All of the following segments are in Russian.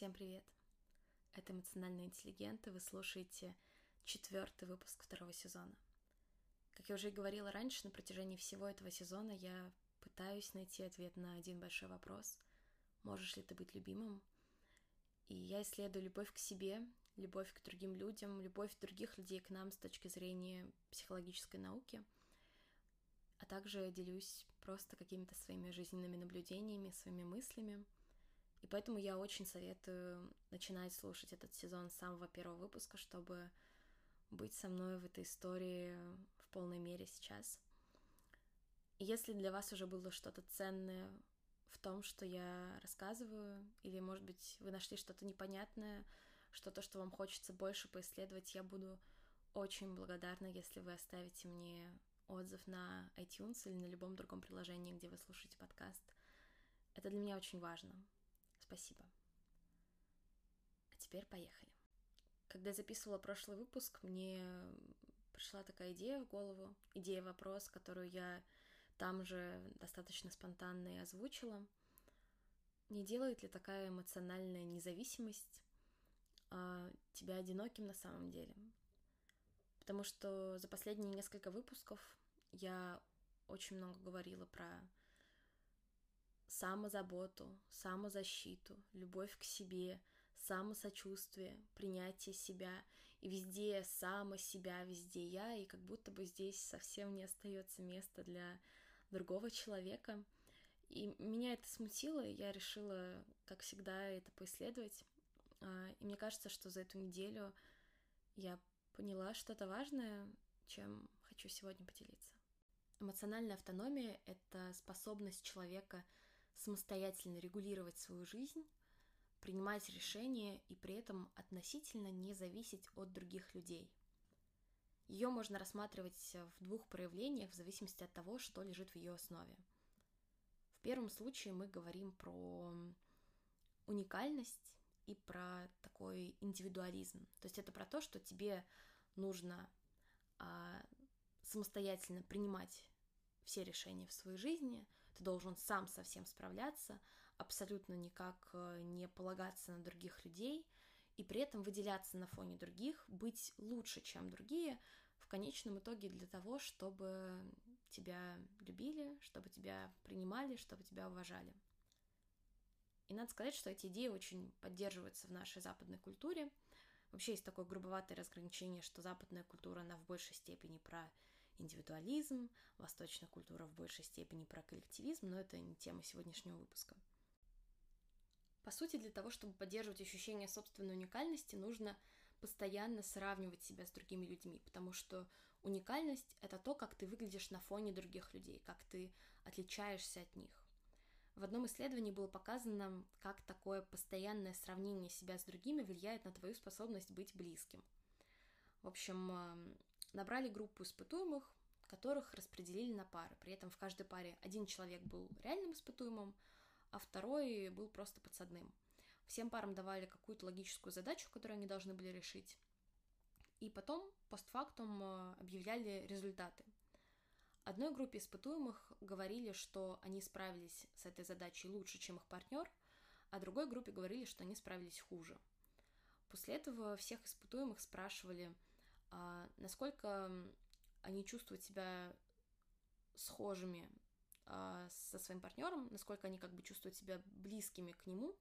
Всем привет! Это «Эмоциональные интеллигенты», вы слушаете 4-й выпуск 2-го сезона. Как я уже и говорила раньше, на протяжении всего этого сезона я пытаюсь найти ответ на один большой вопрос: можешь ли ты быть любимым? И я исследую любовь к себе, любовь к другим людям, любовь других людей к нам с точки зрения психологической науки, а также делюсь просто какими-то своими жизненными наблюдениями, своими мыслями. И поэтому я очень советую начинать слушать этот сезон с самого первого выпуска, чтобы быть со мной в этой истории в полной мере сейчас. И если для вас уже было что-то ценное в том, что я рассказываю, или, может быть, вы нашли что-то непонятное, что-то, что вам хочется больше поисследовать, я буду очень благодарна, если вы оставите мне отзыв на iTunes или на любом другом приложении, где вы слушаете подкаст. Это для меня очень важно. Спасибо. А теперь поехали. Когда я записывала прошлый выпуск, мне пришла такая идея в голову, идея-вопрос, которую я там же достаточно спонтанно и озвучила. Не делает ли такая эмоциональная независимость тебя одиноким на самом деле? Потому что за последние несколько выпусков я очень много говорила про самозаботу, самозащиту, любовь к себе, самосочувствие, принятие себя. И везде само себя, везде я, и как будто бы здесь совсем не остается места для другого человека. И меня это смутило, и я решила, как всегда, это поисследовать. И мне кажется, что за эту неделю я поняла что-то важное, чем хочу сегодня поделиться. Эмоциональная автономия — это способность человека самостоятельно регулировать свою жизнь, принимать решения и при этом относительно не зависеть от других людей. Ее можно рассматривать в двух проявлениях в зависимости от того, что лежит в ее основе. В первом случае мы говорим про уникальность и про такой индивидуализм. То есть это про то, что тебе нужно самостоятельно принимать все решения в своей жизни, ты должен сам со всем справляться, абсолютно никак не полагаться на других людей и при этом выделяться на фоне других, быть лучше, чем другие, в конечном итоге для того, чтобы тебя любили, чтобы тебя принимали, чтобы тебя уважали. И надо сказать, что эти идеи очень поддерживаются в нашей западной культуре. Вообще есть такое грубоватое разграничение, что западная культура, она в большей степени про индивидуализм, восточная культура в большей степени про коллективизм, но это не тема сегодняшнего выпуска. По сути, для того, чтобы поддерживать ощущение собственной уникальности, нужно постоянно сравнивать себя с другими людьми, потому что уникальность — это то, как ты выглядишь на фоне других людей, как ты отличаешься от них. В одном исследовании было показано, как такое постоянное сравнение себя с другими влияет на твою способность быть близким. В общем, набрали группу испытуемых, которых распределили на пары. При этом в каждой паре один человек был реальным испытуемым, а второй был просто подсадным. Всем парам давали какую-то логическую задачу, которую они должны были решить. И потом, постфактум, объявляли результаты. Одной группе испытуемых говорили, что они справились с этой задачей лучше, чем их партнер, а другой группе говорили, что они справились хуже. После этого всех испытуемых спрашивали, насколько они чувствуют себя схожими со своим партнером, насколько они как бы чувствуют себя близкими к нему.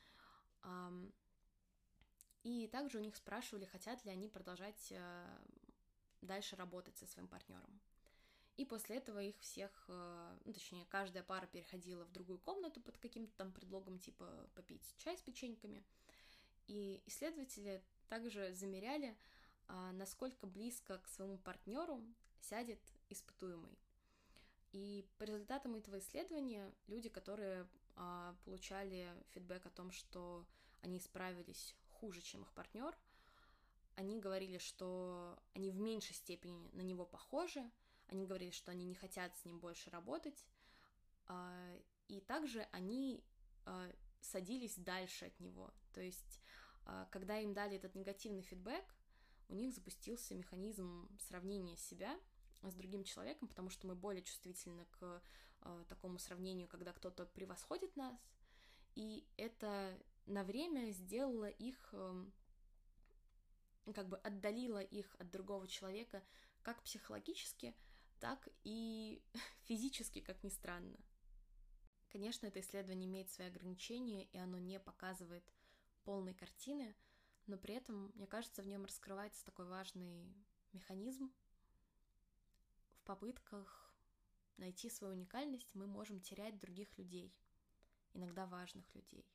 И также у них спрашивали, хотят ли они продолжать дальше работать со своим партнером. И после этого их всех, точнее, каждая пара переходила в другую комнату под каким-то там предлогом, типа попить чай с печеньками. И исследователи также замеряли, насколько близко к своему партнеру сядет испытуемый. И по результатам этого исследования люди, которые получали фидбэк о том, что они справились хуже, чем их партнер, они говорили, что они в меньшей степени на него похожи, они говорили, что они не хотят с ним больше работать, и также они садились дальше от него. То есть, когда им дали этот негативный фидбэк, у них запустился механизм сравнения себя с другим человеком, потому что мы более чувствительны к такому сравнению, когда кто-то превосходит нас, и это на время сделала их, как бы отдалила их от другого человека как психологически, так и физически, как ни странно. Конечно, это исследование имеет свои ограничения, и оно не показывает полной картины, но при этом, мне кажется, в нем раскрывается такой важный механизм. В попытках найти свою уникальность мы можем терять других людей, иногда важных людей.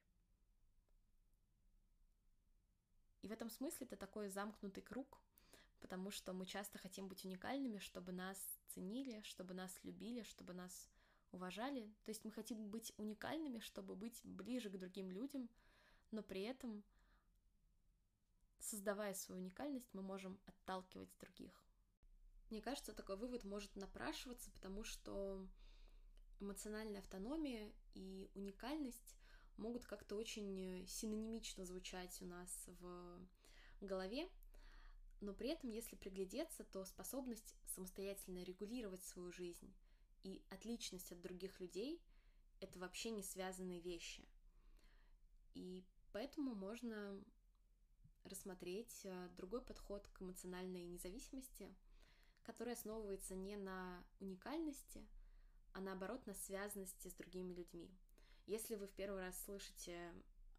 И в этом смысле это такой замкнутый круг, потому что мы часто хотим быть уникальными, чтобы нас ценили, чтобы нас любили, чтобы нас уважали. То есть мы хотим быть уникальными, чтобы быть ближе к другим людям, но при этом, создавая свою уникальность, мы можем отталкивать других. Мне кажется, такой вывод может напрашиваться, потому что эмоциональная автономия и уникальность могут как-то очень синонимично звучать у нас в голове, но при этом, если приглядеться, то способность самостоятельно регулировать свою жизнь и отличность от других людей — это вообще не связанные вещи. И поэтому можно рассмотреть другой подход к эмоциональной независимости, который основывается не на уникальности, а наоборот на связанности с другими людьми. Если вы в первый раз слышите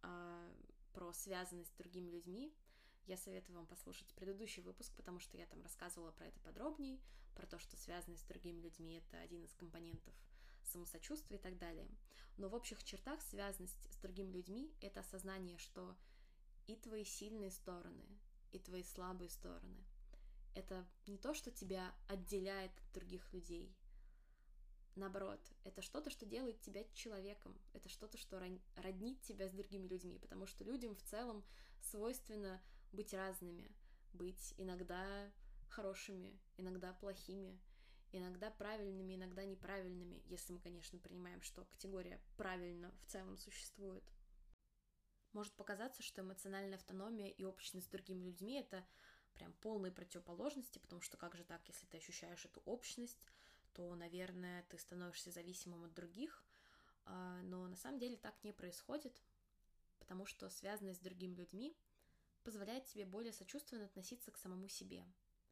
про связанность с другими людьми, я советую вам послушать предыдущий выпуск, потому что я там рассказывала про это подробнее, про то, что связанность с другими людьми — это один из компонентов самосочувствия и так далее. Но в общих чертах связанность с другими людьми — это осознание, что и твои сильные стороны, и твои слабые стороны — это не то, что тебя отделяет от других людей. Наоборот, это что-то, что делает тебя человеком, это что-то, что роднит тебя с другими людьми, потому что людям в целом свойственно быть разными, быть иногда хорошими, иногда плохими, иногда правильными, иногда неправильными, если мы, конечно, принимаем, что категория «правильно» в целом существует. Может показаться, что эмоциональная автономия и общность с другими людьми — это прям полные противоположности, потому что как же так, если ты ощущаешь эту общность, то, наверное, ты становишься зависимым от других, но на самом деле так не происходит, потому что связанность с другими людьми позволяет тебе более сочувственно относиться к самому себе.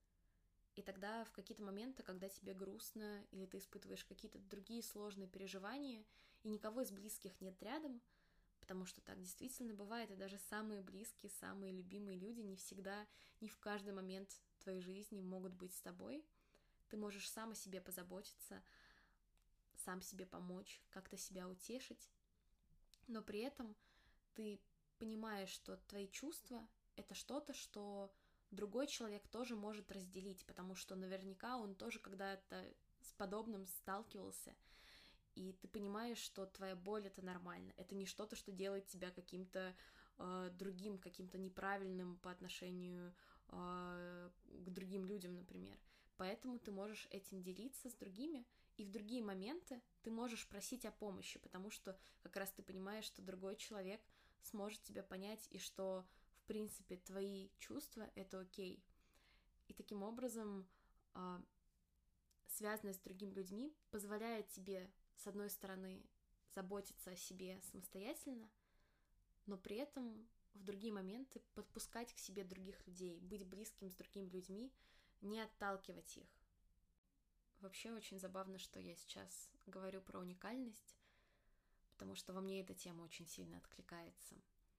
И тогда в какие-то моменты, когда тебе грустно или ты испытываешь какие-то другие сложные переживания, и никого из близких нет рядом, потому что так действительно бывает, и даже самые близкие, самые любимые люди не всегда, не в каждый момент твоей жизни могут быть с тобой. Ты можешь сам о себе позаботиться, сам себе помочь, как-то себя утешить, но при этом ты понимаешь, что твои чувства — это что-то, что другой человек тоже может разделить, потому что наверняка он тоже когда-то с подобным сталкивался, и ты понимаешь, что твоя боль — это нормально, это не что-то, что делает тебя каким-то другим, каким-то неправильным по отношению к другим людям, например. Поэтому ты можешь этим делиться с другими, и в другие моменты ты можешь просить о помощи, потому что как раз ты понимаешь, что другой человек сможет тебя понять, и что, в принципе, твои чувства — это окей. И таким образом связанность с другими людьми позволяет тебе, с одной стороны, заботиться о себе самостоятельно, но при этом в другие моменты подпускать к себе других людей, быть близким с другими людьми, не отталкивать их. Вообще очень забавно, что я сейчас говорю про уникальность, потому что во мне эта тема очень сильно откликается.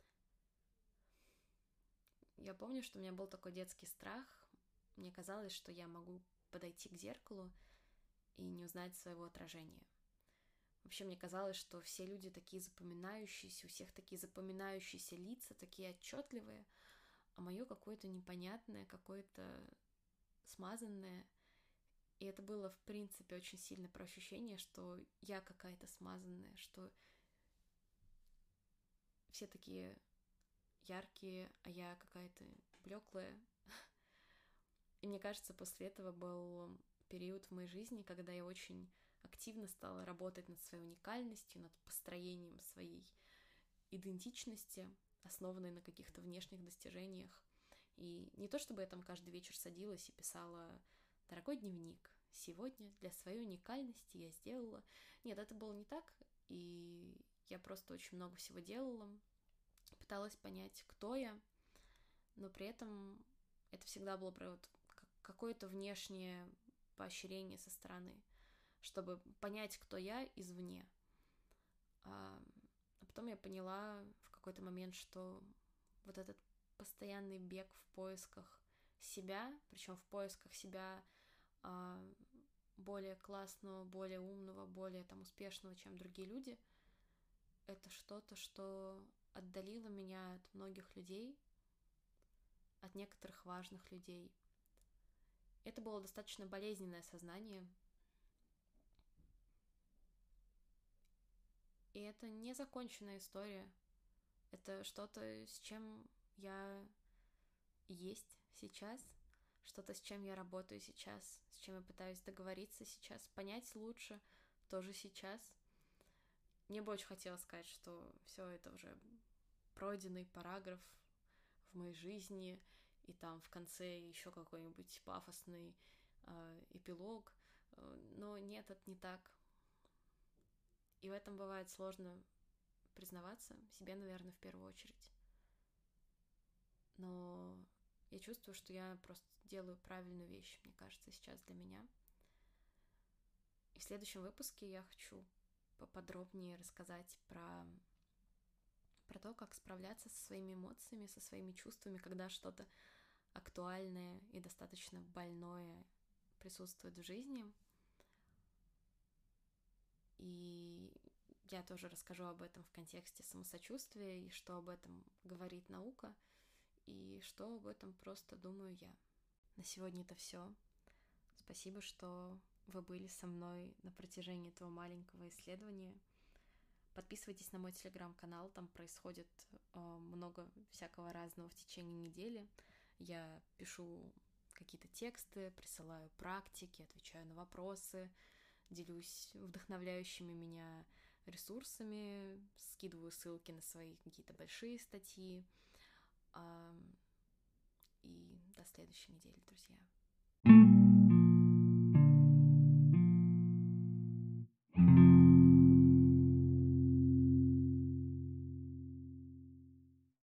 Я помню, что у меня был такой детский страх. Мне казалось, что я могу подойти к зеркалу и не узнать своего отражения. Вообще, мне казалось, что все люди такие запоминающиеся, у всех такие запоминающиеся лица, такие отчетливые, а мое какое-то непонятное, какое-то смазанное. И это было, в принципе, очень сильно про ощущение, что я какая-то смазанная, что все такие яркие, а я какая-то блеклая. И мне кажется, после этого был период в моей жизни, когда я очень активно стала работать над своей уникальностью, над построением своей идентичности, основанной на каких-то внешних достижениях. И не то чтобы я там каждый вечер садилась и писала: «Дорогой дневник, сегодня для своей уникальности я сделала...» Нет, это было не так, и я просто очень много всего делала, пыталась понять, кто я, но при этом это всегда было про вот какое-то внешнее поощрение со стороны, чтобы понять, кто я извне. А потом я поняла в какой-то момент, что вот этот постоянный бег в поисках себя, причем в поисках себя более классного, более умного, более там успешного, чем другие люди, это что-то, что отдалило меня от многих людей, от некоторых важных людей. Это было достаточно болезненное осознание. И это не законченная история. Это что-то, с чем я есть сейчас, что-то, с чем я работаю сейчас, с чем я пытаюсь договориться сейчас, понять лучше тоже сейчас. Мне бы очень хотелось сказать, что все это уже пройденный параграф в моей жизни, и там в конце еще какой-нибудь пафосный эпилог, но нет, это не так. И в этом бывает сложно признаваться себе, наверное, в первую очередь. Но я чувствую, что я просто делаю правильную вещь, мне кажется, сейчас для меня. И в следующем выпуске я хочу поподробнее рассказать про то, как справляться со своими эмоциями, со своими чувствами, когда что-то актуальное и достаточно больное присутствует в жизни. И я тоже расскажу об этом в контексте самосочувствия, и что об этом говорит наука, и что об этом просто думаю я. На сегодня это все. Спасибо, что вы были со мной на протяжении этого маленького исследования. Подписывайтесь на мой телеграм-канал, там происходит много всякого разного в течение недели. Я пишу какие-то тексты, присылаю практики, отвечаю на вопросы, делюсь вдохновляющими меня ресурсами, скидываю ссылки на свои какие-то большие статьи. И до следующей недели, друзья.